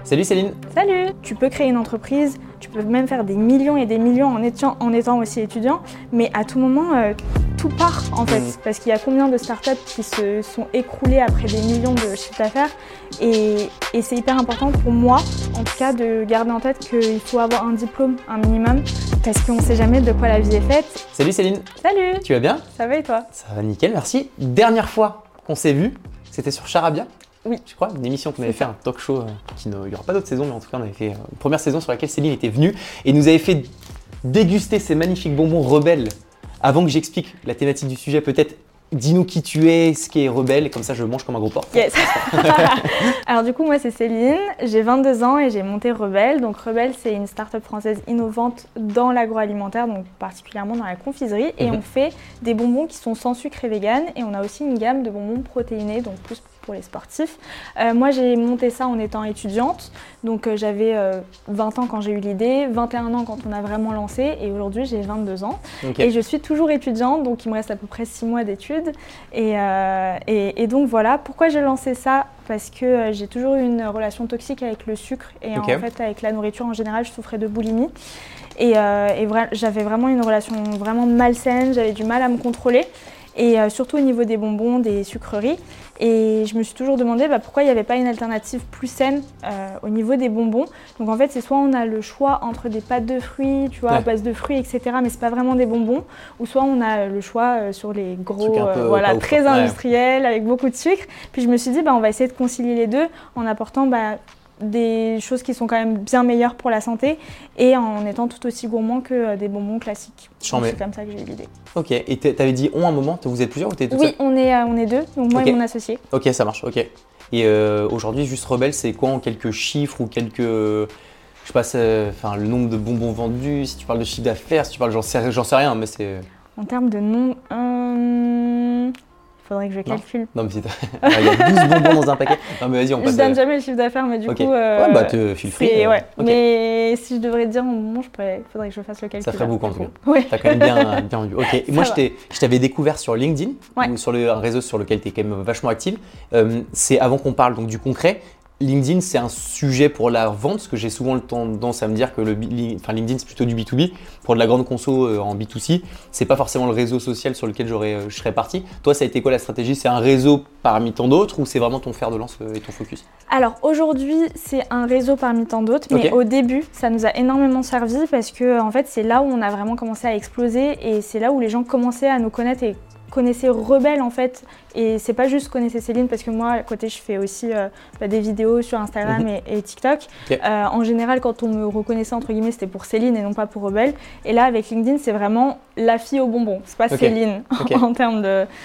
Salut Céline. Salut. Tu peux créer une entreprise, tu peux même faire des millions et des millions en étant aussi étudiant, mais à tout moment, tout part en fait. Parce qu'il y a combien de startups qui se sont écroulées après des millions de chiffres d'affaires et c'est hyper important pour moi, en tout cas, de garder en tête qu'il faut avoir un diplôme, un minimum, parce qu'on ne sait jamais de quoi la vie est faite. Salut Céline. Salut. Tu vas bien? Ça va et toi? Ça va nickel, merci. Dernière fois qu'on s'est vu, c'était sur Charabia. Oui. Je crois, une émission qu'on avait fait, un talk show, il n'y aura pas d'autres saisons, mais en tout cas on avait fait une première saison sur laquelle Céline était venue et nous avait fait déguster ces magnifiques bonbons Rebelle. Avant que j'explique la thématique du sujet, peut-être dis-nous qui tu es, ce qui est Rebelle, et comme ça je mange comme un gros porc. Yes. Alors du coup, moi c'est Céline, j'ai 22 ans et j'ai monté Rebelle. Donc Rebelle, c'est une start-up française innovante dans l'agroalimentaire, donc particulièrement dans la confiserie. Et on fait des bonbons qui sont sans sucre et vegan. Et on a aussi une gamme de bonbons protéinés, donc plus pour les sportifs. Moi j'ai monté ça en étant étudiante, donc j'avais 20 ans quand j'ai eu l'idée, 21 ans quand on a vraiment lancé et aujourd'hui j'ai 22 ans. Et je suis toujours étudiante, donc il me reste à peu près 6 mois d'études et donc voilà. Pourquoi j'ai lancé ça? Parce que j'ai toujours eu une relation toxique avec le sucre et en fait avec la nourriture en général, je souffrais de boulimie et j'avais vraiment une relation vraiment malsaine, j'avais du mal à me contrôler. Et surtout au niveau des bonbons, des sucreries. Et je me suis toujours demandé pourquoi il n'y avait pas une alternative plus saine au niveau des bonbons. Donc en fait, c'est soit on a le choix entre des pâtes de fruits, tu vois, à base de fruits, etc. Mais c'est pas vraiment des bonbons. Ou soit on a le choix sur les gros, très industriels, avec beaucoup de sucre. Puis je me suis dit, on va essayer de concilier les deux en apportant des choses qui sont quand même bien meilleures pour la santé et en étant tout aussi gourmand que des bonbons classiques. C'est comme ça que j'ai eu l'idée. Ok, et t'avais dit on un moment, vous êtes plusieurs ou t'es toute seule? Oui, on est deux, donc moi et mon associé. Ok, ça marche, ok. Et aujourd'hui, juste Rebelle, c'est quoi en quelques chiffres ou quelques… je sais pas, le nombre de bonbons vendus, si tu parles de chiffre d'affaires, si tu parles, j'en sais rien, mais c'est… En termes de nom, faudrait que je calcule. Non, mais il y a 12 bonbons dans un paquet. Non, mais vas-y, on passe. Je donne jamais le chiffre d'affaires, mais du coup. Feel free. Mais si je devrais te dire en moment, faudrait que je fasse le calcul. Ça ferait beaucoup en tout cas. Ouais. T'as quand même bien vu. Ok. Moi, je t'avais découvert sur LinkedIn, ou sur le réseau sur lequel tu es quand même vachement active. C'est avant qu'on parle donc du concret. LinkedIn, c'est un sujet pour la vente, parce que j'ai souvent tendance à me dire que LinkedIn, c'est plutôt du B2B. Pour de la grande conso en B2C, c'est pas forcément le réseau social sur lequel je serais parti. Toi, ça a été quoi la stratégie? C'est un réseau parmi tant d'autres ou c'est vraiment ton fer de lance et ton focus? Alors aujourd'hui, c'est un réseau parmi tant d'autres, mais au début, ça nous a énormément servi parce que en fait, c'est là où on a vraiment commencé à exploser et c'est là où les gens commençaient à nous connaître et connaissaient Rebelle en fait. Et c'est pas juste connaisser Céline parce que moi à côté je fais aussi des vidéos sur Instagram et TikTok. En général quand on me reconnaissait entre guillemets c'était pour Céline et non pas pour Rebelle. Et là avec LinkedIn c'est vraiment la fille au bonbon, c'est pas Céline en termes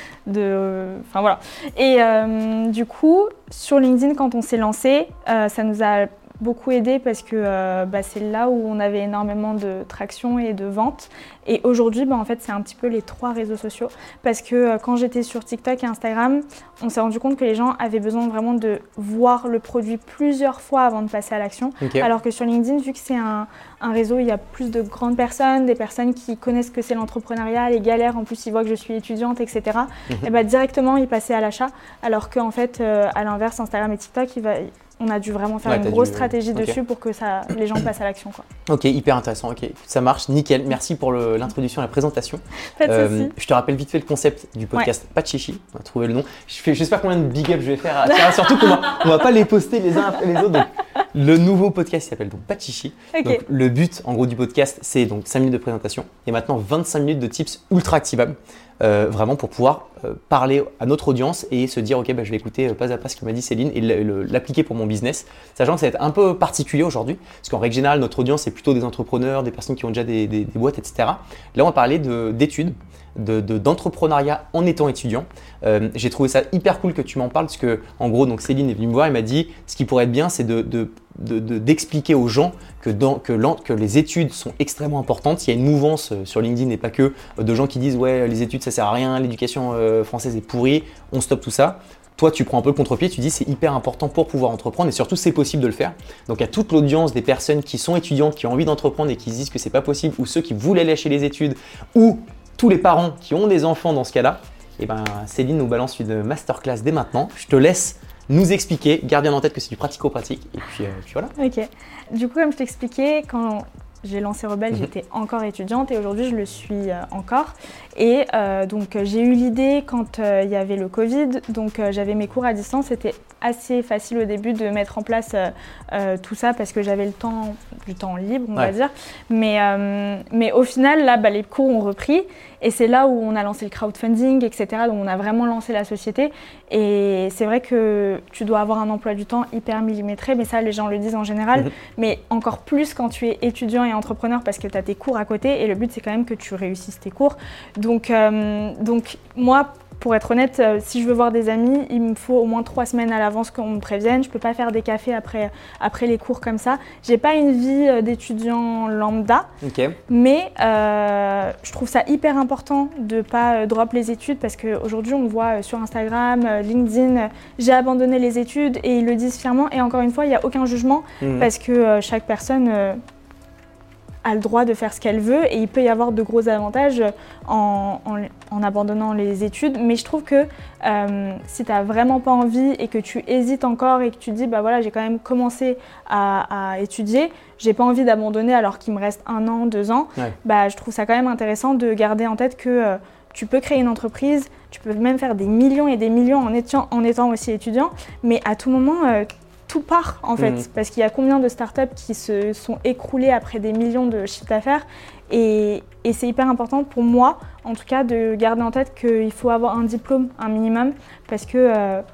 enfin voilà. Et du coup sur LinkedIn quand on s'est lancé ça nous a beaucoup aidé parce que c'est là où on avait énormément de traction et de vente. Et aujourd'hui, en fait, c'est un petit peu les 3 réseaux sociaux parce que quand j'étais sur TikTok et Instagram, on s'est rendu compte que les gens avaient besoin vraiment de voir le produit plusieurs fois avant de passer à l'action. Alors que sur LinkedIn, vu que c'est un réseau, il y a plus de grandes personnes, des personnes qui connaissent que c'est l'entrepreneuriat, les galères, en plus ils voient que je suis étudiante, etc. Et directement, ils passaient à l'achat. Alors qu'en fait, à l'inverse, Instagram et TikTok, on a dû vraiment faire une grosse stratégie dessus pour que les gens passent à l'action. Ok, hyper intéressant. Ok, ça marche, nickel. Merci pour l'introduction et la présentation. Pas de souci. Je te rappelle vite fait le concept du podcast Pas de chichi. On va trouver le nom. Je sais pas combien de big up je vais faire. Surtout qu'on va pas les poster les uns après les autres. Donc, le nouveau podcast s'appelle donc Pas de chichi. Donc, le but en gros du podcast, c'est donc 5 minutes de présentation et maintenant 25 minutes de tips ultra activables. Vraiment pour pouvoir parler à notre audience et se dire ok je vais écouter pas à pas ce que m'a dit Céline et l'appliquer pour mon business, sachant que ça va être un peu particulier aujourd'hui parce qu'en règle générale notre audience c'est plutôt des entrepreneurs, des personnes qui ont déjà des boîtes, etc. Là on va parler d'études, d'entrepreneuriat en étant étudiant. J'ai trouvé ça hyper cool que tu m'en parles parce que en gros donc Céline est venue me voir et m'a dit ce qui pourrait être bien c'est d'expliquer aux gens que les études sont extrêmement importantes. Il y a une mouvance sur LinkedIn et pas que de gens qui disent ouais les études ça sert à rien, l'éducation française est pourrie, on stoppe tout ça. Toi, tu prends un peu le contre-pied, tu dis c'est hyper important pour pouvoir entreprendre et surtout c'est possible de le faire. Donc à toute l'audience des personnes qui sont étudiantes, qui ont envie d'entreprendre et qui se disent que c'est pas possible ou ceux qui voulaient lâcher les études ou tous les parents qui ont des enfants dans ce cas-là, Céline nous balance une masterclass dès maintenant. Je te laisse nous expliquer. Garde bien en tête que c'est du pratico-pratique. Et puis voilà. Ok. Du coup, comme je t'expliquais, quand j'ai lancé Rebelle, j'étais encore étudiante et aujourd'hui je le suis encore. Et donc j'ai eu l'idée quand il y avait le Covid, donc j'avais mes cours à distance. C'était assez facile au début de mettre en place tout ça parce que j'avais du temps libre, on va dire. Mais au final, là, les cours ont repris et c'est là où on a lancé le crowdfunding, etc. Donc on a vraiment lancé la société. Et c'est vrai que tu dois avoir un emploi du temps hyper millimétré, mais ça, les gens le disent en général. Mais encore plus quand tu es étudiant et entrepreneur parce que tu as tes cours à côté et le but, c'est quand même que tu réussisses tes cours. Donc moi, pour être honnête, si je veux voir des amis, il me faut au moins 3 semaines à l'avance qu'on me prévienne. Je ne peux pas faire des cafés après les cours comme ça. Je n'ai pas une vie d'étudiant lambda, mais je trouve ça hyper important de ne pas drop les études parce qu'aujourd'hui, on voit sur Instagram, LinkedIn, j'ai abandonné les études et ils le disent fièrement. Et encore une fois, il n'y a aucun jugement parce que chaque personne a le droit de faire ce qu'elle veut et il peut y avoir de gros avantages en abandonnant les études. Mais je trouve que si tu n'as vraiment pas envie et que tu hésites encore et que tu te dis voilà, j'ai quand même commencé à étudier, j'ai pas envie d'abandonner alors qu'il me reste 1 an, 2 ans, je trouve ça quand même intéressant de garder en tête que tu peux créer une entreprise, tu peux même faire des millions et des millions en étant aussi étudiant, mais à tout moment, tout part en fait, parce qu'il y a combien de startups qui se sont écroulées après des millions de chiffres d'affaires et c'est hyper important pour moi, en tout cas, de garder en tête qu'il faut avoir un diplôme, un minimum, parce qu'on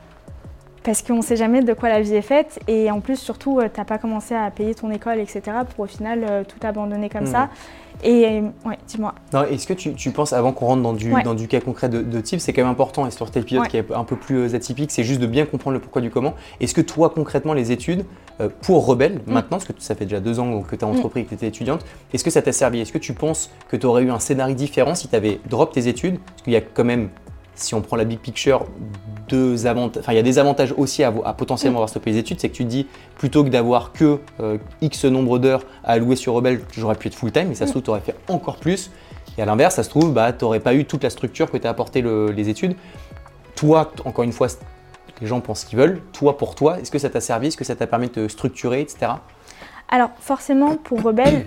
ne sait jamais de quoi la vie est faite et en plus, surtout, tu n'as pas commencé à payer ton école, etc. pour au final tout abandonner comme ça. Et dis-moi. Non, est-ce que tu penses, avant qu'on rentre dans du cas concret de type, c'est quand même important, et sur cet épisode qui est un peu plus atypique, c'est juste de bien comprendre le pourquoi du comment. Est-ce que toi, concrètement, les études, pour Rebelle, maintenant, parce que ça fait déjà 2 ans que tu as entrepris et que tu étais étudiante, est-ce que ça t'a servi? Est-ce que tu penses que tu aurais eu un scénario différent si tu avais drop tes études? Parce qu'il y a quand même, si on prend la big picture, il y a des avantages aussi à potentiellement avoir stoppé les études, c'est que tu te dis, plutôt que d'avoir que X nombre d'heures à allouer sur Rebelle, j'aurais pu être full time, mais ça se trouve, tu aurais fait encore plus. Et à l'inverse, ça se trouve, tu n'aurais pas eu toute la structure que t'as apporté les études. Toi, encore une fois, les gens pensent ce qu'ils veulent. Toi, pour toi, est-ce que ça t'a servi? Est-ce que ça t'a permis de te structurer, etc.? Alors forcément pour Rebelle,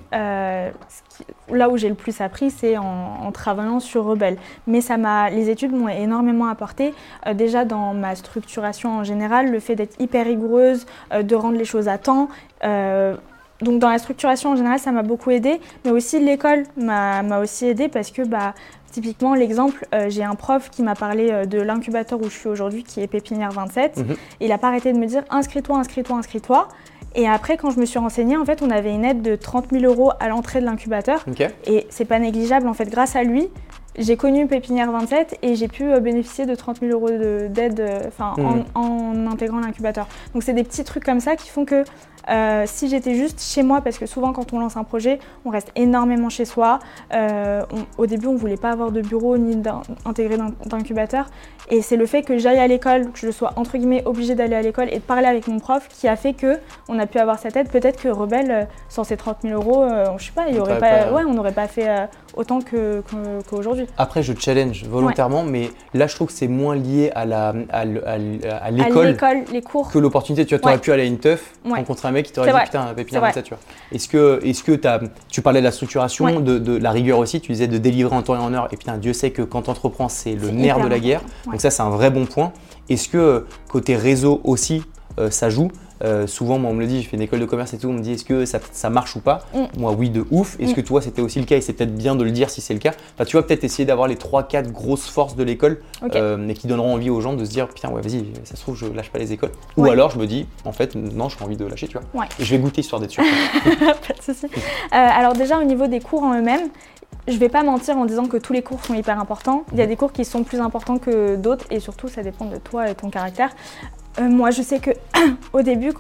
là où j'ai le plus appris c'est en travaillant sur Rebelle. Mais les études m'ont énormément apporté, déjà dans ma structuration en général, le fait d'être hyper rigoureuse, de rendre les choses à temps. Donc dans la structuration en général ça m'a beaucoup aidé, mais aussi l'école m'a aussi aidé parce que typiquement l'exemple, j'ai un prof qui m'a parlé de l'incubateur où je suis aujourd'hui qui est Pépinière 27. Il n'a pas arrêté de me dire inscris-toi, inscris-toi, inscris-toi. Et après, quand je me suis renseignée, en fait, on avait une aide de 30 000 € à l'entrée de l'incubateur. Et c'est pas négligeable, en fait, grâce à lui, j'ai connu Pépinière 27 et j'ai pu bénéficier de 30 000 € d'aide en intégrant l'incubateur. Donc c'est des petits trucs comme ça qui font que si j'étais juste chez moi, parce que souvent quand on lance un projet, on reste énormément chez soi. Au début, on ne voulait pas avoir de bureau ni intégré d'incubateur. Et c'est le fait que j'aille à l'école, que je sois entre guillemets obligée d'aller à l'école et de parler avec mon prof qui a fait qu'on a pu avoir cette aide. Peut-être que Rebelle, sans ces 30 000 €, je sais pas, on n'aurait pas fait autant qu'aujourd'hui. Après, je challenge volontairement, mais là, je trouve que c'est moins lié à l'école, les cours, que l'opportunité. Tu aurais pu aller à une teuf, rencontrer un mec qui t'aurait dit putain, Pépinière 27, tu vois. Est-ce que tu parlais de la structuration, de la rigueur aussi, tu disais de délivrer en temps et en heure, et putain, Dieu sait que quand tu entreprends, c'est le nerf de la guerre. Donc ça, c'est un vrai bon point. Est-ce que côté réseau aussi, ça joue? Souvent, moi, on me le dit, je fais une école de commerce et tout, on me dit est-ce que ça marche ou pas? Moi, oui, de ouf. Est-ce que toi, c'était aussi le cas? Et c'est peut-être bien de le dire si c'est le cas. Enfin, tu vas peut-être essayer d'avoir les 3-4 grosses forces de l'école et qui donneront envie aux gens de se dire putain, ouais, vas-y, ça se trouve, je lâche pas les écoles. Ou alors, je me dis, en fait, non, j'ai envie de lâcher, tu vois. Et je vais goûter histoire d'être sûr. Pas de souci. Alors, déjà, au niveau des cours en eux-mêmes, je vais pas mentir en disant que tous les cours sont hyper importants. Il y a des cours qui sont plus importants que d'autres et surtout, ça dépend de toi et ton caractère. Moi, je sais que au début,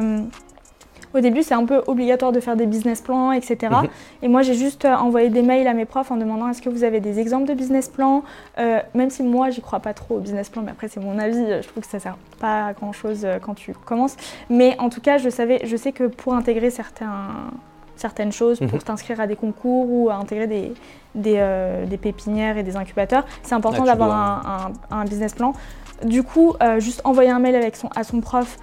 c'est un peu obligatoire de faire des business plans, etc. Et moi, j'ai juste envoyé des mails à mes profs en demandant est-ce que vous avez des exemples de business plans, même si moi, j'y crois pas trop au business plan, mais après, c'est mon avis. Je trouve que ça sert pas à grand-chose quand tu commences. Mais en tout cas, je sais que pour intégrer certaines choses, pour t'inscrire à des concours ou à intégrer des pépinières et des incubateurs. C'est important d'avoir un business plan. Du coup, juste envoyer un mail à son prof,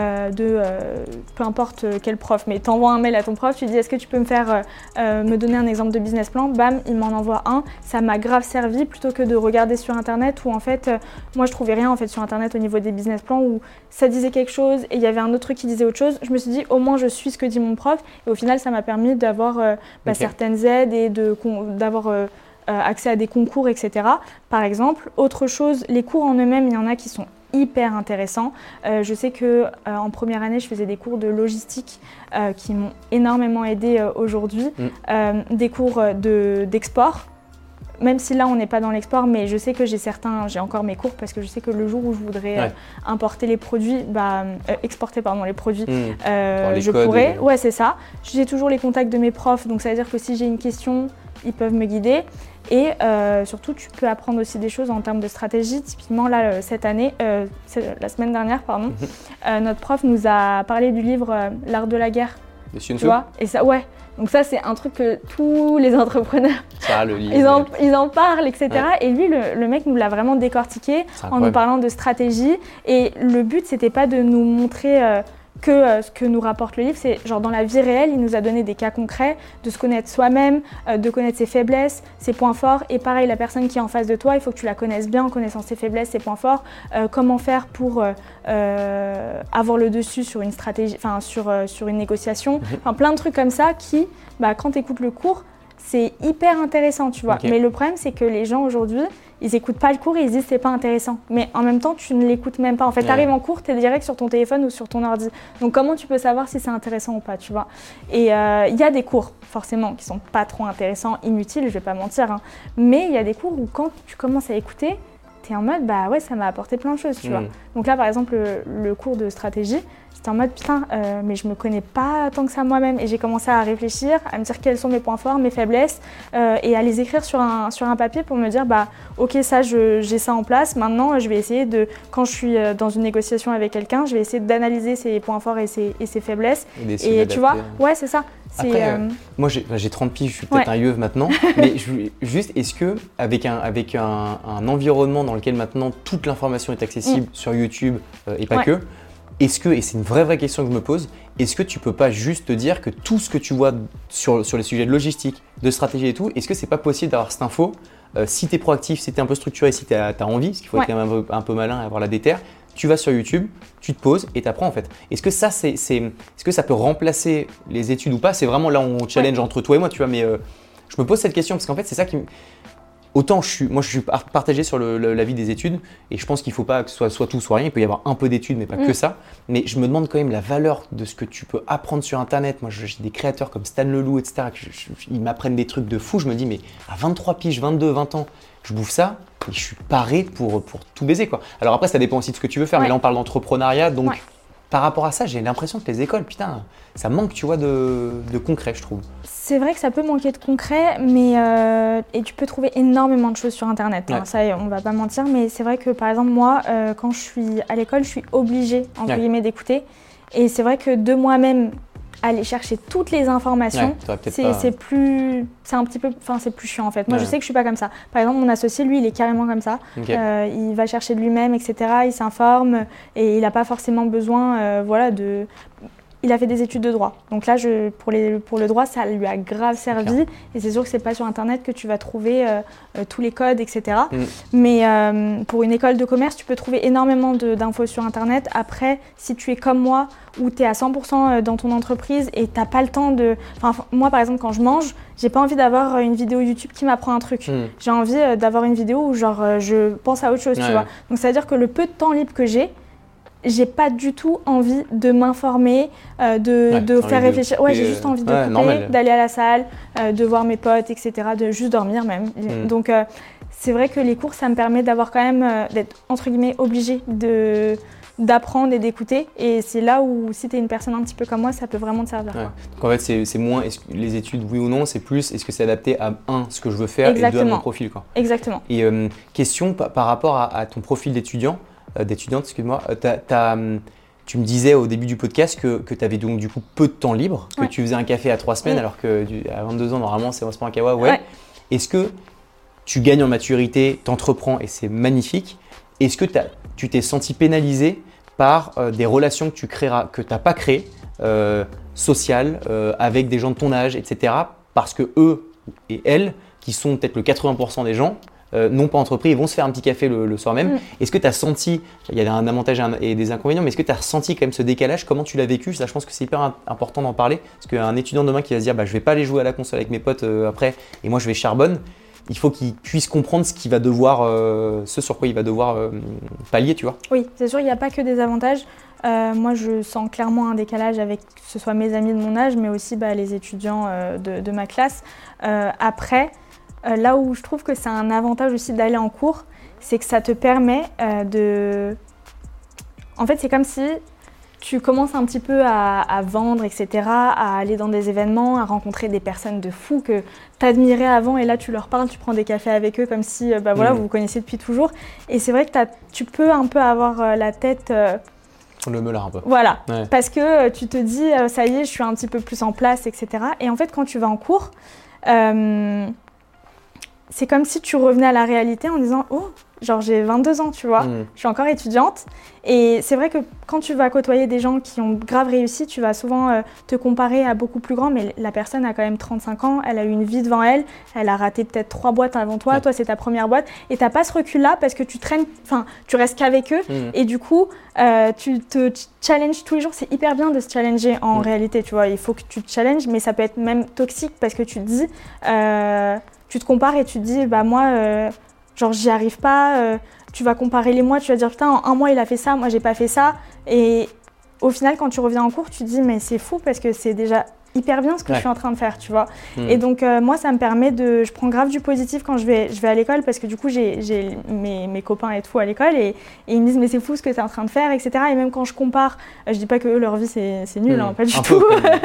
peu importe quel prof, mais t'envoies un mail à ton prof, tu dis est-ce que tu peux me donner un exemple de business plan, bam, il m'en envoie un. Ça m'a grave servi plutôt que de regarder sur internet où en fait, moi je trouvais rien en fait sur internet au niveau des business plans où ça disait quelque chose et il y avait un autre truc qui disait autre chose. Je me suis dit au moins je suis ce que dit mon prof et au final ça m'a permis d'avoir certaines aides et d'avoir accès à des concours, etc. Par exemple, autre chose, les cours en eux-mêmes, il y en a qui sont hyper intéressants. Je sais qu'en première année, je faisais des cours de logistique qui m'ont énormément aidé aujourd'hui. Des cours d'export. Même si là, on n'est pas dans l'export, mais je sais que j'ai encore mes cours parce que je sais que le jour où je voudrais importer les produits, exporter les produits, je pourrais. Ouais, c'est ça. J'ai toujours les contacts de mes profs, donc ça veut dire que si j'ai une question, ils peuvent me guider. Et surtout, tu peux apprendre aussi des choses en termes de stratégie. Typiquement, là, cette année, la semaine dernière, notre prof nous a parlé du livre L'art de la guerre. De Sun Tzu. Tu vois ? Et ça, ouais. Donc ça, c'est un truc que tous les entrepreneurs, ils en parlent, etc. Ouais. Et lui, le mec nous l'a vraiment décortiqué en nous parlant de stratégie. Et le but, c'était pas de nous montrer que ce que nous rapporte le livre, c'est genre dans la vie réelle, il nous a donné des cas concrets, de se connaître soi-même, de connaître ses faiblesses, ses points forts. Et pareil, la personne qui est en face de toi, il faut que tu la connaisses bien en connaissant ses faiblesses, ses points forts. Comment faire pour avoir le dessus sur une stratégie, sur une négociation. Plein de trucs comme ça qui, quand tu écoutes le cours, c'est hyper intéressant, tu vois. Okay. Mais le problème, c'est que les gens aujourd'hui, ils n'écoutent pas le cours et ils se disent c'est pas intéressant. Mais en même temps, tu ne l'écoutes même pas. En fait, tu arrives en cours, tu es direct sur ton téléphone ou sur ton ordi. Donc comment tu peux savoir si c'est intéressant ou pas, tu vois. Et il y a des cours, forcément, qui sont pas trop intéressants, inutiles, je vais pas mentir. Hein. Mais il y a des cours où quand tu commences à écouter, tu es en mode, ça m'a apporté plein de choses, tu vois. Donc là, par exemple, le cours de stratégie, j'étais en mode putain, mais je me connais pas tant que ça moi-même. Et j'ai commencé à réfléchir, à me dire quels sont mes points forts, mes faiblesses, et à les écrire sur un papier pour me dire ok, ça j'ai ça en place. Maintenant, je vais essayer quand je suis dans une négociation avec quelqu'un, je vais essayer d'analyser ses points forts et ses faiblesses. Et tu vois, ouais, c'est ça. Après, moi j'ai 30 piges, je suis peut-être un yeuve maintenant, mais juste, est-ce que avec un environnement dans lequel maintenant toute l'information est accessible sur YouTube et pas que, est-ce que, et c'est une vraie question que je me pose, est-ce que tu peux pas juste te dire que tout ce que tu vois sur les sujets de logistique, de stratégie et tout, est-ce que c'est pas possible d'avoir cette info si tu es proactif, si tu es un peu structuré, si tu as envie, parce qu'il faut être quand même un peu malin et avoir la déterre, tu vas sur YouTube, tu te poses et tu apprends en fait. Est-ce que ça, est-ce que ça peut remplacer les études ou pas? C'est vraiment là où on challenge entre toi et moi, tu vois, mais je me pose cette question parce qu'en fait, c'est ça qui… Autant je suis partagé sur l'avis des études et je pense qu'il ne faut pas que ce soit tout, soit rien. Il peut y avoir un peu d'études, mais pas que ça. Mais je me demande quand même la valeur de ce que tu peux apprendre sur Internet. Moi, j'ai des créateurs comme Stan Leloup, etc. Ils m'apprennent des trucs de fou. Je me dis, mais à 23 piges, 22, 20 ans, je bouffe ça et je suis paré pour tout baiser, quoi. Alors après, ça dépend aussi de ce que tu veux faire. Mais là, on parle d'entrepreneuriat. Donc, par rapport à ça, j'ai l'impression que les écoles, putain, ça manque, tu vois, de concret, je trouve. C'est vrai que ça peut manquer de concret, mais et tu peux trouver énormément de choses sur Internet. Hein, ça, on va pas mentir, mais c'est vrai que par exemple moi, quand je suis à l'école, je suis obligée entre guillemets d'écouter. Et c'est vrai que de moi-même aller chercher toutes les informations, c'est plus chiant en fait. Moi, je sais que je suis pas comme ça. Par exemple, mon associé, lui, il est carrément comme ça. Il va chercher de lui-même, etc. Il s'informe et il n'a pas forcément besoin, Il a fait des études de droit. Donc là, pour le droit, ça lui a grave servi. Et c'est sûr que c'est pas sur Internet que tu vas trouver tous les codes, etc. Mais pour une école de commerce, tu peux trouver énormément d'infos sur Internet. Après, si tu es comme moi, où tu es à 100% dans ton entreprise et tu n'as pas le temps de… Enfin, moi, par exemple, quand je mange, j'ai pas envie d'avoir une vidéo YouTube qui m'apprend un truc. J'ai envie d'avoir une vidéo où je pense à autre chose, tu vois. Donc, ça veut dire que le peu de temps libre que j'ai pas du tout envie de m'informer, de faire réfléchir. Ouais, j'ai juste envie de couper, d'aller à la salle, de voir mes potes, etc., de juste dormir même. Donc, c'est vrai que les cours, ça me permet d'avoir quand même, d'être entre guillemets obligée d'apprendre et d'écouter. Et c'est là où, si tu es une personne un petit peu comme moi, ça peut vraiment te servir. Donc en fait, c'est moins les études, oui ou non, c'est plus est-ce que c'est adapté à ce que je veux faire et deux, à mon profil, quoi. Exactement. Et question par rapport à ton profil d'étudiante, excuse-moi, tu me disais au début du podcast que tu avais donc du coup peu de temps libre, que tu faisais un café à 3 semaines alors qu'à 22 ans, normalement, c'est on se prend un kawa, Est-ce que tu gagnes en maturité, t'entreprends et c'est magnifique. Est-ce que tu t'es senti pénalisé par des relations que tu n'as pas créées, sociales, avec des gens de ton âge, etc. Parce que eux et elles, qui sont peut-être le 80% des gens, n'ont pas entrepris et vont se faire un petit café le soir même. Est-ce que tu as senti, il y a un avantage et des inconvénients, mais est-ce que tu as ressenti quand même ce décalage? Comment tu l'as vécu? Ça, je pense que c'est hyper important d'en parler. Parce qu'un étudiant demain qui va se dire je vais pas aller jouer à la console avec mes potes après et moi je vais charbonne, il faut qu'il puisse comprendre ce sur quoi il va devoir pallier, tu vois. Oui, c'est sûr, il n'y a pas que des avantages. Moi, je sens clairement un décalage avec que ce soit mes amis de mon âge, mais aussi les étudiants de ma classe. Après, là où je trouve que c'est un avantage aussi d'aller en cours, c'est que ça te permet de... En fait, c'est comme si tu commences un petit peu à vendre, etc., à aller dans des événements, à rencontrer des personnes de fous que tu admirais avant et là tu leur parles, tu prends des cafés avec eux comme si vous vous connaissiez depuis toujours. Et c'est vrai que tu peux un peu avoir la tête... le meulard un peu. Voilà, ouais. Parce que tu te dis, ça y est, je suis un petit peu plus en place, etc. Et en fait, quand tu vas en cours, c'est comme si tu revenais à la réalité en disant « Oh, genre j'ai 22 ans, tu vois, je suis encore étudiante. » Et c'est vrai que quand tu vas côtoyer des gens qui ont grave réussi, tu vas souvent te comparer à beaucoup plus grands, mais la personne a quand même 35 ans, elle a eu une vie devant elle, elle a raté peut-être 3 boîtes avant toi, toi c'est ta première boîte, et t'as pas ce recul-là parce que tu restes qu'avec eux, et du coup, tu te challenges tous les jours. C'est hyper bien de se challenger en réalité, tu vois, il faut que tu te challenges, mais ça peut être même toxique parce que tu te dis... tu te compares et tu te dis, moi, genre j'y arrive pas, tu vas comparer les mois, tu vas dire, putain, en un mois il a fait ça, moi j'ai pas fait ça. Et au final, quand tu reviens en cours, tu te dis, mais c'est fou parce que c'est déjà hyper bien ce que je suis en train de faire, tu vois. Et donc, moi, ça me permet je prends grave du positif quand je vais à l'école parce que du coup, j'ai mes copains et tout à l'école et ils me disent, mais c'est fou ce que tu es en train de faire, etc. Et même quand je compare, je dis pas que eux, leur vie, c'est nul, pas du tout.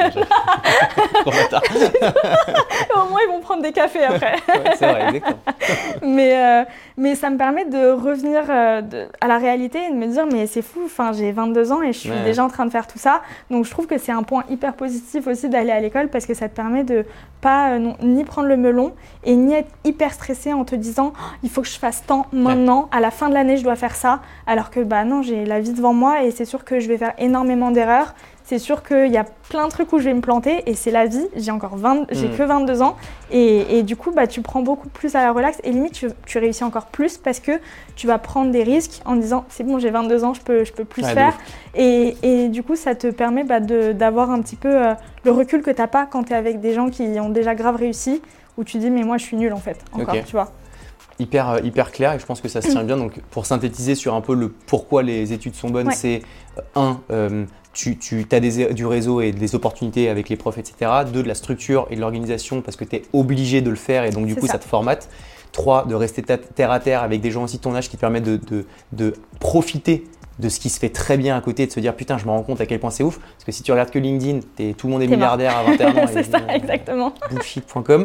Au moins, ils vont prendre des cafés après. Ouais, c'est vrai, exactement. Mais ça me permet de revenir à la réalité et de me dire, mais c'est fou, j'ai 22 ans et je suis déjà en train de faire tout ça. Donc, je trouve que c'est un point hyper positif aussi d'aller à l'école parce que ça te permet de pas ni prendre le melon et ni être hyper stressé en te disant il faut que je fasse tant maintenant, à la fin de l'année je dois faire ça, alors que non, j'ai la vie devant moi et c'est sûr que je vais faire énormément d'erreurs. C'est sûr qu'il y a plein de trucs où je vais me planter et c'est la vie, j'ai que 22 ans et du coup tu prends beaucoup plus à la relax et limite tu réussis encore plus parce que tu vas prendre des risques en disant c'est bon, j'ai 22 ans, je peux plus faire et du coup ça te permet d'avoir un petit peu le recul que t'as pas quand t'es avec des gens qui ont déjà grave réussi où tu dis mais moi je suis nulle en fait encore, tu vois. Hyper clair et je pense que ça se tient bien. Donc pour synthétiser sur un peu le pourquoi les études sont bonnes, c'est tu as du réseau et des opportunités avec les profs, etc. 2, de la structure et de l'organisation parce que tu es obligé de le faire et donc du coup ça te formate. 3, de rester terre à terre avec des gens aussi de ton âge qui te permettent de profiter de ce qui se fait très bien à côté et de se dire putain je me rends compte à quel point c'est ouf parce que si tu regardes que LinkedIn, tout le monde est milliardaire à 21 ans. C'est ça, exactement. Bullshit.com.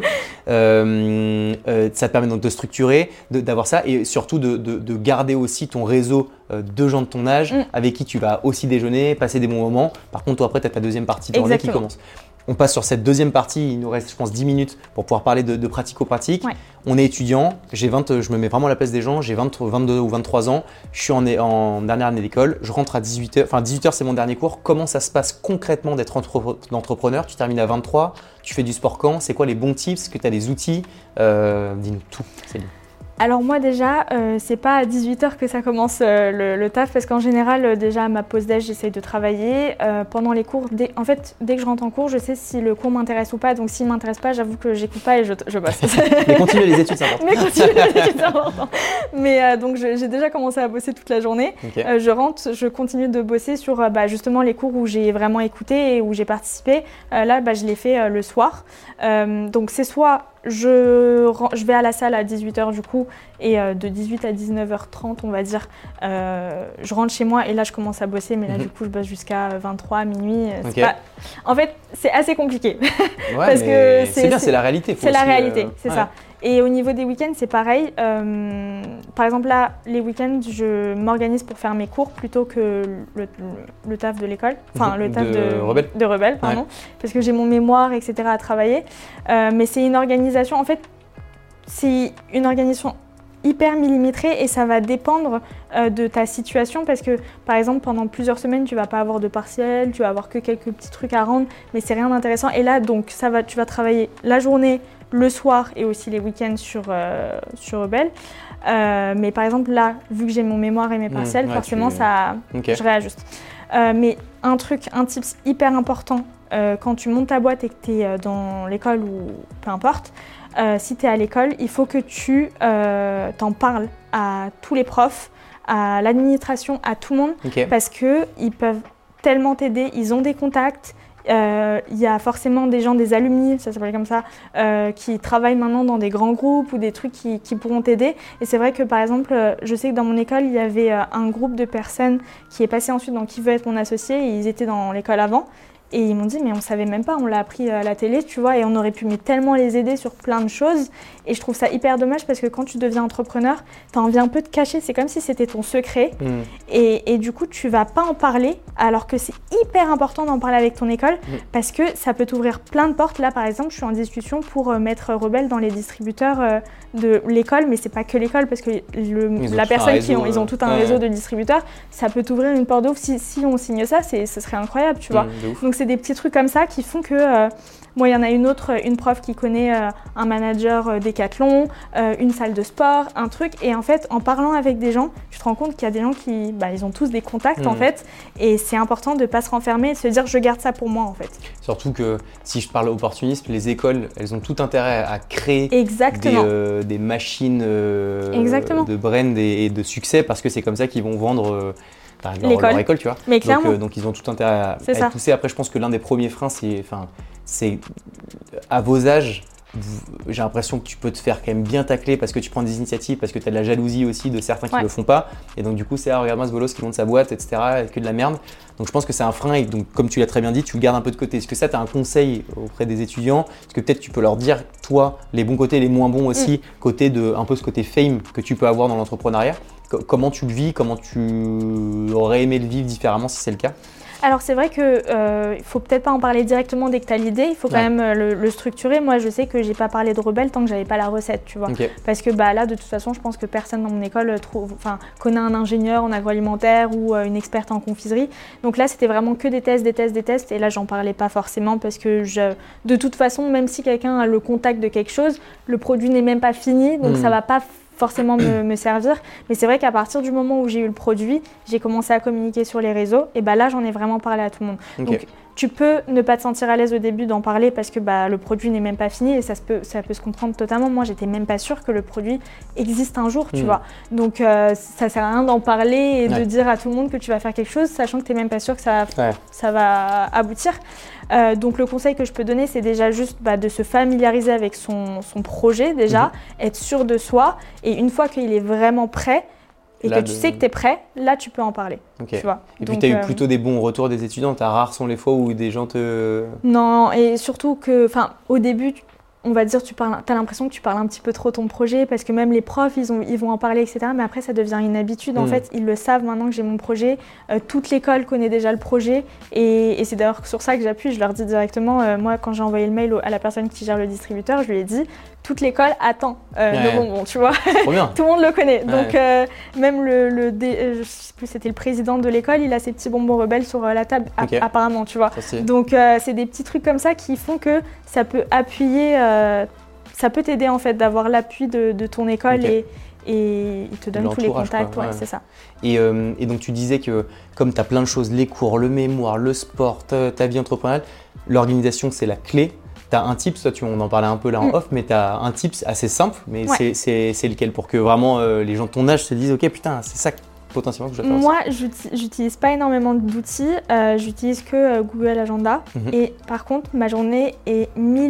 Ça te permet donc de structurer, d'avoir ça et surtout de garder aussi ton réseau de gens de ton âge avec qui tu vas aussi déjeuner, passer des bons moments. Par contre, toi après tu as ta deuxième partie de journée qui commence. On passe sur cette deuxième partie, il nous reste je pense 10 minutes pour pouvoir parler de pratico-pratique. Ouais. On est étudiant, je me mets vraiment à la place des gens, j'ai 22 ou 23 ans, je suis en dernière année d'école, je rentre à 18h, 18h c'est mon dernier cours. Comment ça se passe concrètement d'être entrepreneur? Tu termines à 23, tu fais du sport quand? C'est quoi les bons tips? Est-ce que tu as des outils? Dis-nous tout, Céline. Alors moi déjà, c'est pas à 18h que ça commence le taf parce qu'en général, déjà à ma pause déj, j'essaye de travailler. Pendant les cours, dès que je rentre en cours, je sais si le cours m'intéresse ou pas. Donc s'il m'intéresse pas, j'avoue que j'écoute pas et je bosse. Mais continuer les études, c'est important. C'est important. Mais donc j'ai déjà commencé à bosser toute la journée. Okay. Je rentre, je continue de bosser sur justement les cours où j'ai vraiment écouté et où j'ai participé. Là, je les fais le soir. Donc c'est soit je vais à la salle à 18h du coup et de 18 à 19h30 on va dire je rentre chez moi et là je commence à bosser mais là du coup je bosse jusqu'à 23 minuit. Okay. En fait c'est assez compliqué parce que c'est bien, c'est la réalité. C'est la réalité, c'est ça. Et au niveau des week-ends, c'est pareil. Par exemple, là, les week-ends, je m'organise pour faire mes cours plutôt que le taf de l'école. Enfin, le taf de Rebelle, pardon. Ouais. Parce que j'ai mon mémoire, etc. à travailler. Mais c'est une organisation. En fait, c'est une organisation hyper millimétrée et ça va dépendre de ta situation parce que par exemple pendant plusieurs semaines tu vas pas avoir de partiel, tu vas avoir que quelques petits trucs à rendre mais c'est rien d'intéressant et là donc tu vas travailler la journée, le soir et aussi les week-ends sur Rebelle. Mais par exemple là vu que j'ai mon mémoire et mes partiels forcément je réajuste. Mais un tips hyper important quand tu montes ta boîte et que tu es dans l'école ou peu importe, si tu es à l'école, il faut que tu t'en parles à tous les profs, à l'administration, à tout le monde, parce qu'ils peuvent tellement t'aider, ils ont des contacts, il y a forcément des gens, des alumni, ça s'appelle comme ça, qui travaillent maintenant dans des grands groupes ou des trucs qui pourront t'aider. Et c'est vrai que par exemple, je sais que dans mon école, il y avait un groupe de personnes qui est passé ensuite dans Qui veut être mon associé et ils étaient dans l'école avant. Et ils m'ont dit, mais on savait même pas, on l'a appris à la télé, tu vois, et on aurait pu tellement les aider sur plein de choses. Et je trouve ça hyper dommage parce que quand tu deviens entrepreneur, tu as envie un peu de cacher, c'est comme si c'était ton secret. Et du coup, tu vas pas en parler, alors que c'est hyper important d'en parler avec ton école parce que ça peut t'ouvrir plein de portes. Là, par exemple, je suis en discussion pour mettre Rebelle dans les distributeurs de l'école, mais c'est pas que l'école parce que la personne ils ont tout un réseau de distributeurs. Ça peut t'ouvrir une porte de ouf. Si on signe ça, ce serait incroyable, tu vois. Donc, c'est des petits trucs comme ça qui font que moi il y en a une prof qui connaît un manager Decathlon, une salle de sport, un truc et en fait en parlant avec des gens tu te rends compte qu'il y a des gens qui ils ont tous des contacts en fait et c'est important de pas se renfermer et de se dire je garde ça pour moi en fait. Surtout que si je parle opportunisme, les écoles elles ont tout intérêt à créer des machines de brand et de succès parce que c'est comme ça qu'ils vont vendre leur école, tu vois. Mais clairement. Donc ils ont tout intérêt à être poussés. Après, je pense que l'un des premiers freins, c'est à vos âges, j'ai l'impression que tu peux te faire quand même bien tacler parce que tu prends des initiatives, parce que tu as de la jalousie aussi de certains qui ne le font pas. Et donc du coup, c'est regarde-moi ce bolos qui monte sa boîte, etc. Que de la merde. Donc je pense que c'est un frein et donc comme tu l'as très bien dit, tu le gardes un peu de côté. Est-ce que ça, tu as un conseil auprès des étudiants? Est-ce que peut-être tu peux leur dire, toi, les bons côtés, les moins bons aussi, un peu ce côté fame que tu peux avoir dans l'entrepreneuriat? Comment tu le vis? Comment tu aurais aimé le vivre différemment si c'est le cas? Alors c'est vrai qu'il faut peut-être pas en parler directement dès que tu as l'idée, il faut quand même le structurer. Moi je sais que j'ai pas parlé de Rebelle tant que j'avais pas la recette, tu vois. Parce que là de toute façon je pense que personne dans mon école connaît un ingénieur en agroalimentaire ou une experte en confiserie. Donc là c'était vraiment que des tests et là j'en parlais pas forcément parce que de toute façon même si quelqu'un a le contact de quelque chose, le produit n'est même pas fini donc ça va pas forcément me servir, mais c'est vrai qu'à partir du moment où j'ai eu le produit, j'ai commencé à communiquer sur les réseaux et là j'en ai vraiment parlé à tout le monde. Donc tu peux ne pas te sentir à l'aise au début d'en parler parce que le produit n'est même pas fini et ça peut se comprendre totalement. Moi j'étais même pas sûre que le produit existe un jour, tu vois. Donc ça sert à rien d'en parler et de dire à tout le monde que tu vas faire quelque chose sachant que tu n'es même pas sûr que ça va aboutir. Donc le conseil que je peux donner c'est déjà juste de se familiariser avec son projet déjà, être sûr de soi et une fois qu'il est vraiment prêt et là, que tu sais que tu es prêt, là tu peux en parler. Tu vois. Et puis tu as eu plutôt des bons retours des étudiants, rares sont les fois où des gens te... Non, et surtout que au début, on va dire, tu as l'impression que tu parles un petit peu trop ton projet parce que même les profs, ils vont en parler, etc. Mais après, ça devient une habitude. En fait, ils le savent maintenant que j'ai mon projet. Toute l'école connaît déjà le projet. Et c'est d'ailleurs sur ça que j'appuie. Je leur dis directement, moi, quand j'ai envoyé le mail à la personne qui gère le distributeur, je lui ai dit, toute l'école attend le bonbon, tu vois. Trop bien. Tout le monde le connaît. Donc, même je sais plus, c'était le président de l'école, il a ses petits bonbons Rebelles sur la table, apparemment, tu vois. Donc, c'est des petits trucs comme ça qui font que ça peut appuyer, ça peut t'aider en fait d'avoir l'appui de ton école et il te donne tous les contacts, c'est ça. Et donc tu disais que comme tu as plein de choses, les cours, le mémoire, le sport, ta vie entrepreneuriale, l'organisation c'est la clé. Tu as un tip, on en parlait un peu là en off, mais tu as un tip assez simple, mais c'est lequel pour que vraiment les gens de ton âge se disent ok putain c'est ça potentiellement que je dois faire. Moi, j'utilise pas énormément d'outils, j'utilise que Google Agenda et par contre ma journée est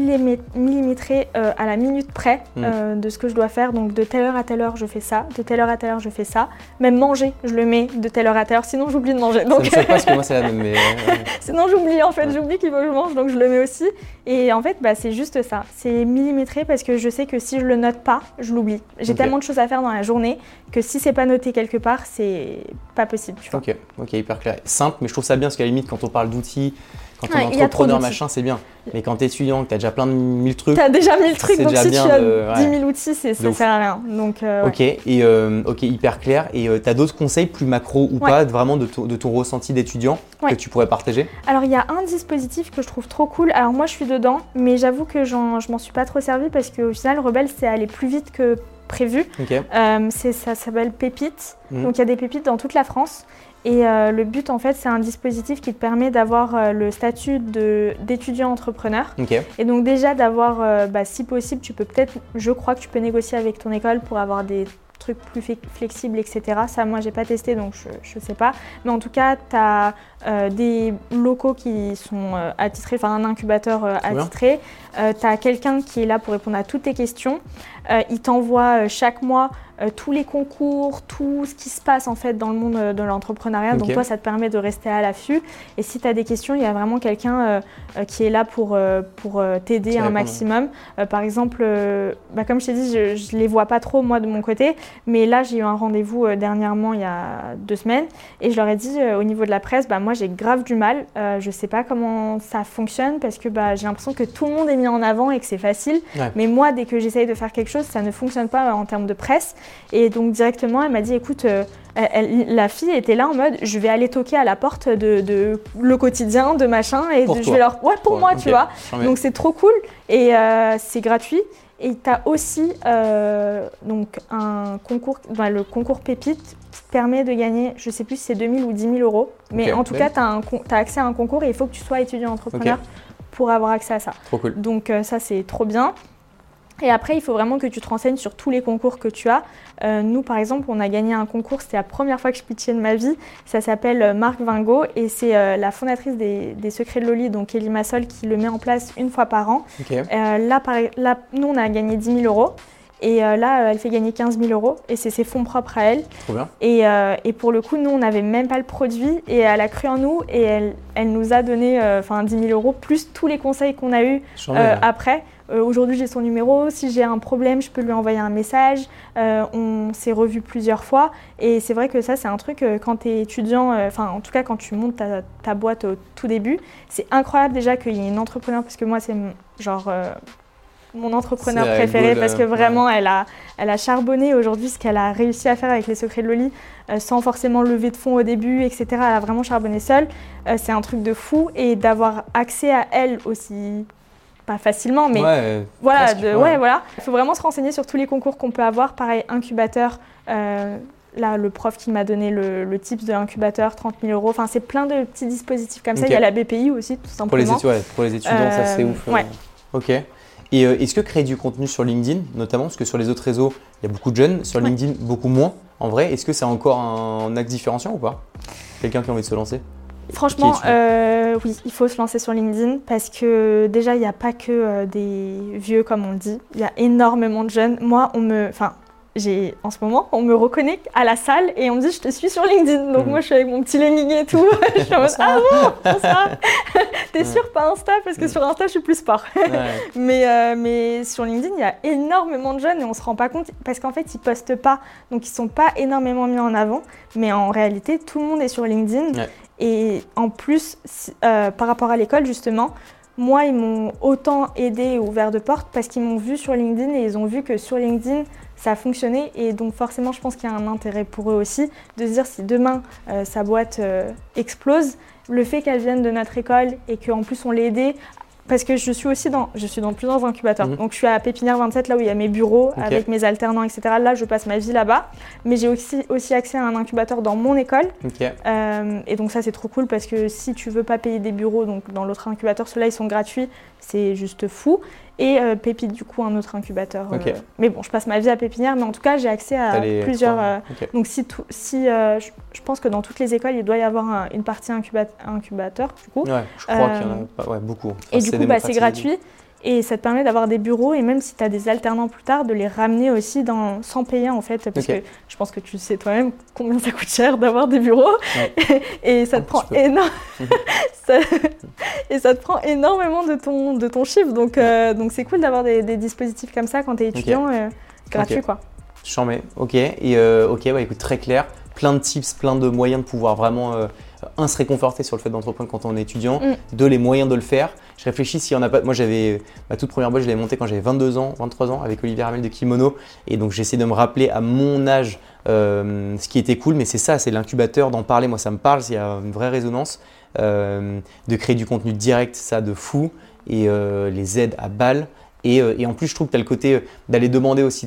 millimétrée à la minute près de ce que je dois faire, donc de telle heure à telle heure je fais ça, de telle heure à telle heure je fais ça, même manger je le mets de telle heure à telle heure, sinon j'oublie de manger. Donc... Ça ne sais pas parce que moi c'est la même mais... Sinon j'oublie en fait, j'oublie qu'il faut que je mange donc je le mets aussi et en fait c'est juste ça, c'est millimétré parce que je sais que si je le note pas, je l'oublie. J'ai tellement de choses à faire dans la journée que si c'est pas noté quelque part, c'est pas possible, tu vois. Ok, hyper clair. Simple, mais je trouve ça bien parce qu'à la limite, quand on parle d'outils, Quand on est entrepreneur, machin, c'est bien. Mais quand tu es étudiant, que tu as déjà plein de 1000 trucs. Tu as déjà 1000 trucs, donc si tu as 10 000 outils, ça ne sert à rien. Donc, Ok, hyper clair. Et tu as d'autres conseils plus macro ou pas, vraiment de ton ressenti d'étudiant que tu pourrais partager? Alors, il y a un dispositif que je trouve trop cool. Alors, moi, je suis dedans, mais j'avoue que je m'en suis pas trop servi parce qu'au final, Rebelle, c'est aller plus vite que prévu. Ça s'appelle Pépite. Donc, il y a des pépites dans toute la France. Et le but, en fait, c'est un dispositif qui te permet d'avoir le statut d'étudiant entrepreneur. Et donc déjà d'avoir, si possible, je crois que tu peux négocier avec ton école pour avoir des trucs plus flexibles, etc. Ça, moi, j'ai pas testé, donc je sais pas. Mais en tout cas, tu as des locaux qui sont attitrés, enfin un incubateur attitré. Tu as quelqu'un qui est là pour répondre à toutes tes questions. Il t'envoie chaque mois tous les concours, tout ce qui se passe en fait dans le monde de l'entrepreneuriat. Donc toi, ça te permet de rester à l'affût. Et si tu as des questions, il y a vraiment quelqu'un qui est là pour t'aider un maximum. Par exemple, comme je t'ai dit, je les vois pas trop moi de mon côté. Mais là, j'ai eu un rendez-vous dernièrement, il y a 2 semaines. Et je leur ai dit, au niveau de la presse, moi j'ai grave du mal. Je sais pas comment ça fonctionne parce que j'ai l'impression que tout le monde est mis en avant et que c'est facile. Mais moi, dès que j'essaye de faire quelque chose, ça ne fonctionne pas en termes de presse. Et donc directement, elle m'a dit, écoute, la fille était là en mode, je vais aller toquer à la porte de Le Quotidien, de machin, et je vais leur... Ouais, pour moi, tu vois. Donc c'est trop cool et c'est gratuit. Et tu as aussi donc un concours, le concours Pépite qui te permet de gagner, je sais plus si c'est 2 000 ou 10 000 euros. Mais en tout cas, tu as accès à un concours et il faut que tu sois étudiant entrepreneur pour avoir accès à ça. Trop cool. Donc ça, c'est trop bien. Et après, il faut vraiment que tu te renseignes sur tous les concours que tu as. Nous, par exemple, on a gagné un concours, c'était la première fois que je pitchais de ma vie. Ça s'appelle Marc Vingo et c'est la fondatrice des Secrets de Loli, donc Elie Massol, qui le met en place une fois par an. Là, nous, on a gagné 10 000 euros. Et là, elle fait gagner 15 000 euros et c'est ses fonds propres à elle. Trop bien. Et pour le coup, nous, on n'avait même pas le produit et elle a cru en nous et elle nous a donné 10 000 euros plus tous les conseils qu'on a eus après. Aujourd'hui, j'ai son numéro. Si j'ai un problème, je peux lui envoyer un message. On s'est revus plusieurs fois. Et c'est vrai que ça, c'est un truc, quand tu es étudiant, en tout cas, quand tu montes ta boîte au tout début, c'est incroyable déjà qu'il y ait une entrepreneur, parce que moi, c'est genre mon entrepreneur préféré, parce que vraiment, elle a charbonné aujourd'hui ce qu'elle a réussi à faire avec les Secrets de Loli, sans forcément lever de fonds au début, etc. Elle a vraiment charbonné seule. C'est un truc de fou. Et d'avoir accès à elle aussi... Pas facilement, mais voilà. Il faut vraiment se renseigner sur tous les concours qu'on peut avoir. Pareil, incubateur, là, le prof qui m'a donné le tips de l'incubateur, 30 000 euros. Enfin, c'est plein de petits dispositifs comme ça. Il y a la BPI aussi, tout simplement. Pour les étudiants, ça c'est ouf. Ok. Et est-ce que créer du contenu sur LinkedIn, notamment, parce que sur les autres réseaux, il y a beaucoup de jeunes, sur LinkedIn, beaucoup moins. En vrai, est-ce que c'est encore un axe différenciant ou pas? Quelqu'un qui a envie de se lancer? Franchement, oui, il faut se lancer sur LinkedIn parce que déjà, il n'y a pas que des vieux, comme on le dit. Il y a énormément de jeunes. Moi, en ce moment, on me reconnaît à la salle et on me dit, je te suis sur LinkedIn. Donc moi, je suis avec mon petit Legging et tout. Je suis en mode, ah bon, ça. T'es sûr, pas Insta? Parce que sur Insta, je suis plus sport. Mais sur LinkedIn, il y a énormément de jeunes et on ne se rend pas compte parce qu'en fait, ils ne postent pas. Donc, ils ne sont pas énormément mis en avant. Mais en réalité, tout le monde est sur LinkedIn. Et en plus, par rapport à l'école, justement, moi, ils m'ont autant aidé et ouvert de portes parce qu'ils m'ont vu sur LinkedIn et ils ont vu que sur LinkedIn, ça a fonctionné. Et donc forcément, je pense qu'il y a un intérêt pour eux aussi de se dire si demain, sa boîte explose, le fait qu'elle vienne de notre école et qu'en plus, on l'ait aidée. Parce que je suis dans plusieurs incubateurs. Donc, je suis à Pépinière 27, là où il y a mes bureaux avec mes alternants, etc. Là, je passe ma vie là-bas. Mais j'ai aussi accès à un incubateur dans mon école. Et donc, ça, c'est trop cool parce que si tu veux pas payer des bureaux, donc dans l'autre incubateur, ceux-là, ils sont gratuits. C'est juste fou. Et Pépite, du coup, un autre incubateur. Mais bon, je passe ma vie à Pépinière, mais en tout cas, j'ai accès à plusieurs. Donc, je pense que dans toutes les écoles, il doit y avoir une partie incubateur, du coup. Ouais, je crois qu'il y en a beaucoup. Enfin, et du coup, c'est gratuit. Et ça te permet d'avoir des bureaux et même si tu as des alternants plus tard, de les ramener aussi sans payer en fait. Parce que je pense que tu sais toi-même combien ça coûte cher d'avoir des bureaux. Et ça te prend ça te prend énormément de ton chiffre. Donc c'est cool d'avoir des dispositifs comme ça quand tu es étudiant gratuits quoi. J'en mets. Ok. Et écoute, très clair. plein de tips, plein de moyens de pouvoir vraiment se réconforter sur le fait d'entreprendre quand on est étudiant, deux, les moyens de le faire. Je réfléchis s'il y en a pas. Moi, j'avais ma toute première boîte, je l'ai montée quand j'avais 22 ans, 23 ans, avec Olivier Ramel de Kimono. Et donc, j'essaie de me rappeler à mon âge ce qui était cool. Mais c'est ça, c'est l'incubateur, d'en parler. Moi, ça me parle, il y a une vraie résonance. De créer du contenu direct, ça de fou. Et les aides à balles. Et en plus, je trouve que tu as le côté d'aller demander aussi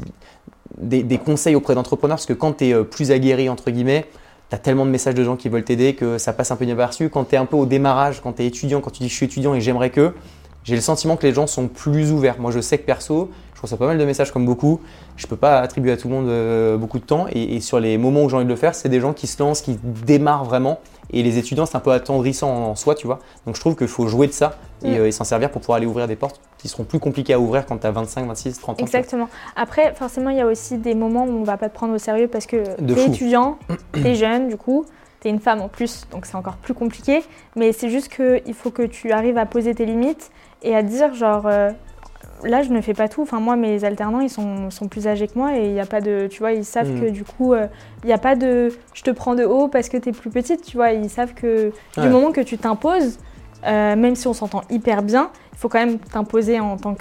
des conseils auprès d'entrepreneurs. Parce que quand tu es plus aguerri, entre guillemets, tu as tellement de messages de gens qui veulent t'aider que ça passe un peu inaperçu. Quand tu es un peu au démarrage, quand tu es étudiant, quand tu dis je suis étudiant et j'aimerais que, j'ai le sentiment que les gens sont plus ouverts. Moi, je sais que perso, je reçois pas mal de messages comme beaucoup. Je ne peux pas attribuer à tout le monde beaucoup de temps. Et sur les moments où j'ai envie de le faire, c'est des gens qui se lancent, qui démarrent vraiment. Et les étudiants, c'est un peu attendrissant en soi, tu vois. Donc, je trouve qu'il faut jouer de ça et s'en servir pour pouvoir aller ouvrir des portes qui seront plus compliquées à ouvrir quand tu as 25, 26, 30 ans. Exactement. Après, forcément, il y a aussi des moments où on ne va pas te prendre au sérieux parce que tu es étudiant, tu es jeune, du coup. Tu es une femme en plus, donc c'est encore plus compliqué. Mais c'est juste qu'il faut que tu arrives à poser tes limites et à dire genre… là, je ne fais pas tout. Enfin, moi, mes alternants, ils sont plus âgés que moi et il n'y a pas de… Tu vois, ils savent que du coup, il n'y a pas de… Je te prends de haut parce que tu es plus petite, tu vois. Ils savent que du moment que tu t'imposes, même si on s'entend hyper bien, il faut quand même t'imposer en tant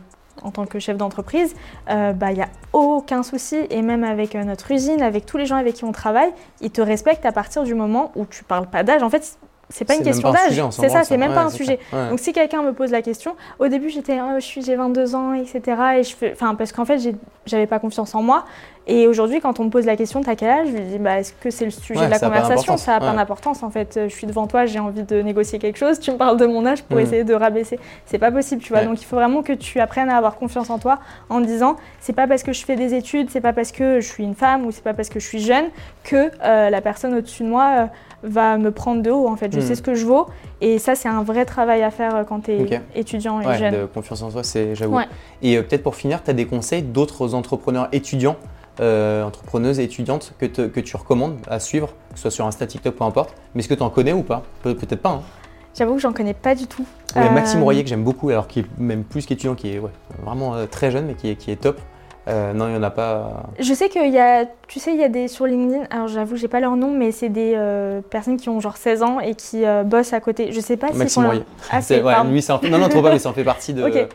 que chef d'entreprise. Il n'y a aucun souci. Et même avec notre usine, avec tous les gens avec qui on travaille, ils te respectent à partir du moment où tu ne parles pas d'âge. En fait, c'est pas une question d'âge, c'est ça, c'est même pas un sujet. Ouais. Donc si quelqu'un me pose la question, au début j'étais j'ai 22 ans, etc. Et parce qu'en fait j'avais pas confiance en moi. Et aujourd'hui quand on me pose la question t'as quel âge, je lui dis est-ce que c'est le sujet de la conversation, ça n'a pas d'importance en fait. Je suis devant toi, j'ai envie de négocier quelque chose, tu me parles de mon âge pour essayer de rabaisser. C'est pas possible, tu vois. Donc il faut vraiment que tu apprennes à avoir confiance en toi en disant c'est pas parce que je fais des études, c'est pas parce que je suis une femme ou c'est pas parce que je suis jeune que la personne au-dessus de moi va me prendre de haut en fait. Je sais ce que je vaux et ça c'est un vrai travail à faire quand tu es étudiant et jeune. De confiance en soi, j'avoue. Ouais. Et peut-être pour finir, tu as des conseils d'autres entrepreneurs étudiants, entrepreneuses et étudiantes que tu recommandes à suivre, que ce soit sur Insta, TikTok, peu importe. Mais est-ce que tu en connais ou pas? Peut-être pas. Hein. J'avoue que j'en connais pas du tout. Il y a Maxime Royer que j'aime beaucoup, alors qui est même plus qu'étudiant, qui est vraiment très jeune mais qui est top. Non, il n'y en a pas. Je sais qu'il y a, il y a des sur LinkedIn, alors j'avoue, j'ai pas leur nom, mais c'est des personnes qui ont genre 16 ans et qui bossent à côté. Je sais pas si Maxime Royer. Lui, non, trop pas, mais ça en fait partie de. Okay.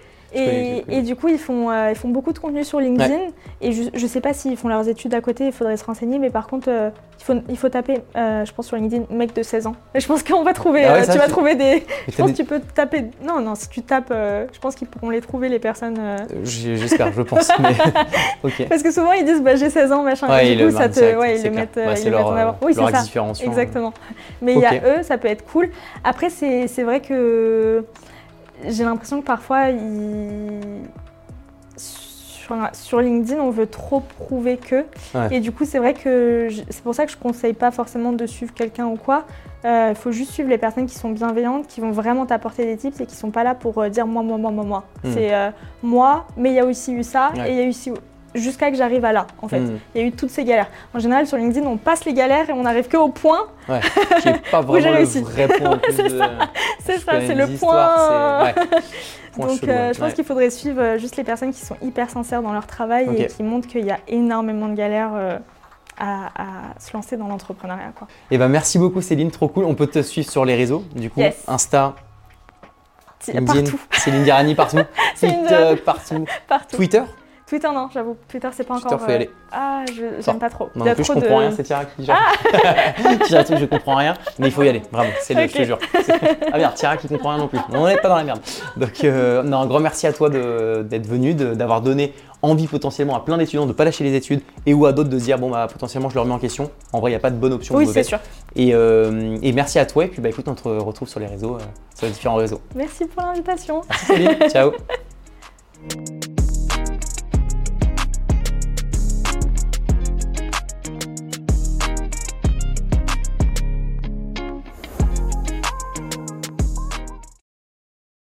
Et du coup, ils font beaucoup de contenu sur LinkedIn. Ouais. Et je sais pas s'ils font leurs études à côté, il faudrait se renseigner. Mais par contre, il faut taper, je pense sur LinkedIn, mec de 16 ans. Et je pense qu'on va trouver, tu vas trouver des… Je pense que tu peux taper… Non, si tu tapes, je pense qu'ils pourront les trouver, les personnes… J'espère, je pense. Mais… okay. Parce que souvent, ils disent j'ai 16 ans, machin. Ouais, et du coup, ils le mettent en avant. Oui, c'est ça. Différenciation. Exactement. Mais il y a eux, ça peut être cool. Après, c'est vrai que… J'ai l'impression que parfois, sur LinkedIn, on veut trop prouver que. Ouais. Et du coup, c'est vrai que c'est pour ça que je ne conseille pas forcément de suivre quelqu'un ou quoi. Il faut juste suivre les personnes qui sont bienveillantes, qui vont vraiment t'apporter des tips et qui ne sont pas là pour dire moi. C'est moi, mais il y a aussi eu ça et il y a eu aussi… Jusqu'à que j'arrive à là, en fait. Il y a eu toutes ces galères. En général, sur LinkedIn, on passe les galères et on n'arrive qu'au point. Ouais, qui n'est pas vraiment le vrai point. C'est ça, c'est le point. Donc, je pense qu'il faudrait suivre juste les personnes qui sont hyper sincères dans leur travail et qui montrent qu'il y a énormément de galères à se lancer dans l'entrepreneuriat. Et merci beaucoup, Céline, trop cool. On peut te suivre sur les réseaux, du coup, Insta, LinkedIn, partout. Céline Dirani partout, TikTok partout, Twitter. Twitter, non, j'avoue. Twitter, c'est pas encore… Twitter, faut y aller. J'aime pas trop. Non, plus, je comprends rien, c'est Tiara qui gère. Qui gère le truc, je comprends rien, mais il faut y aller, vraiment, je te jure. Ah merde, Tiara qui comprend rien non plus, on n'est pas dans la merde. Donc, un grand merci à toi d'être venu, d'avoir donné envie potentiellement à plein d'étudiants de ne pas lâcher les études et ou à d'autres de se dire potentiellement je le remets en question. En vrai, il n'y a pas de bonne option. Oui, c'est sûr. Et merci à toi et puis écoute, on te retrouve sur les réseaux, sur les différents réseaux. Merci pour l'invitation. Merci Céline, ciao.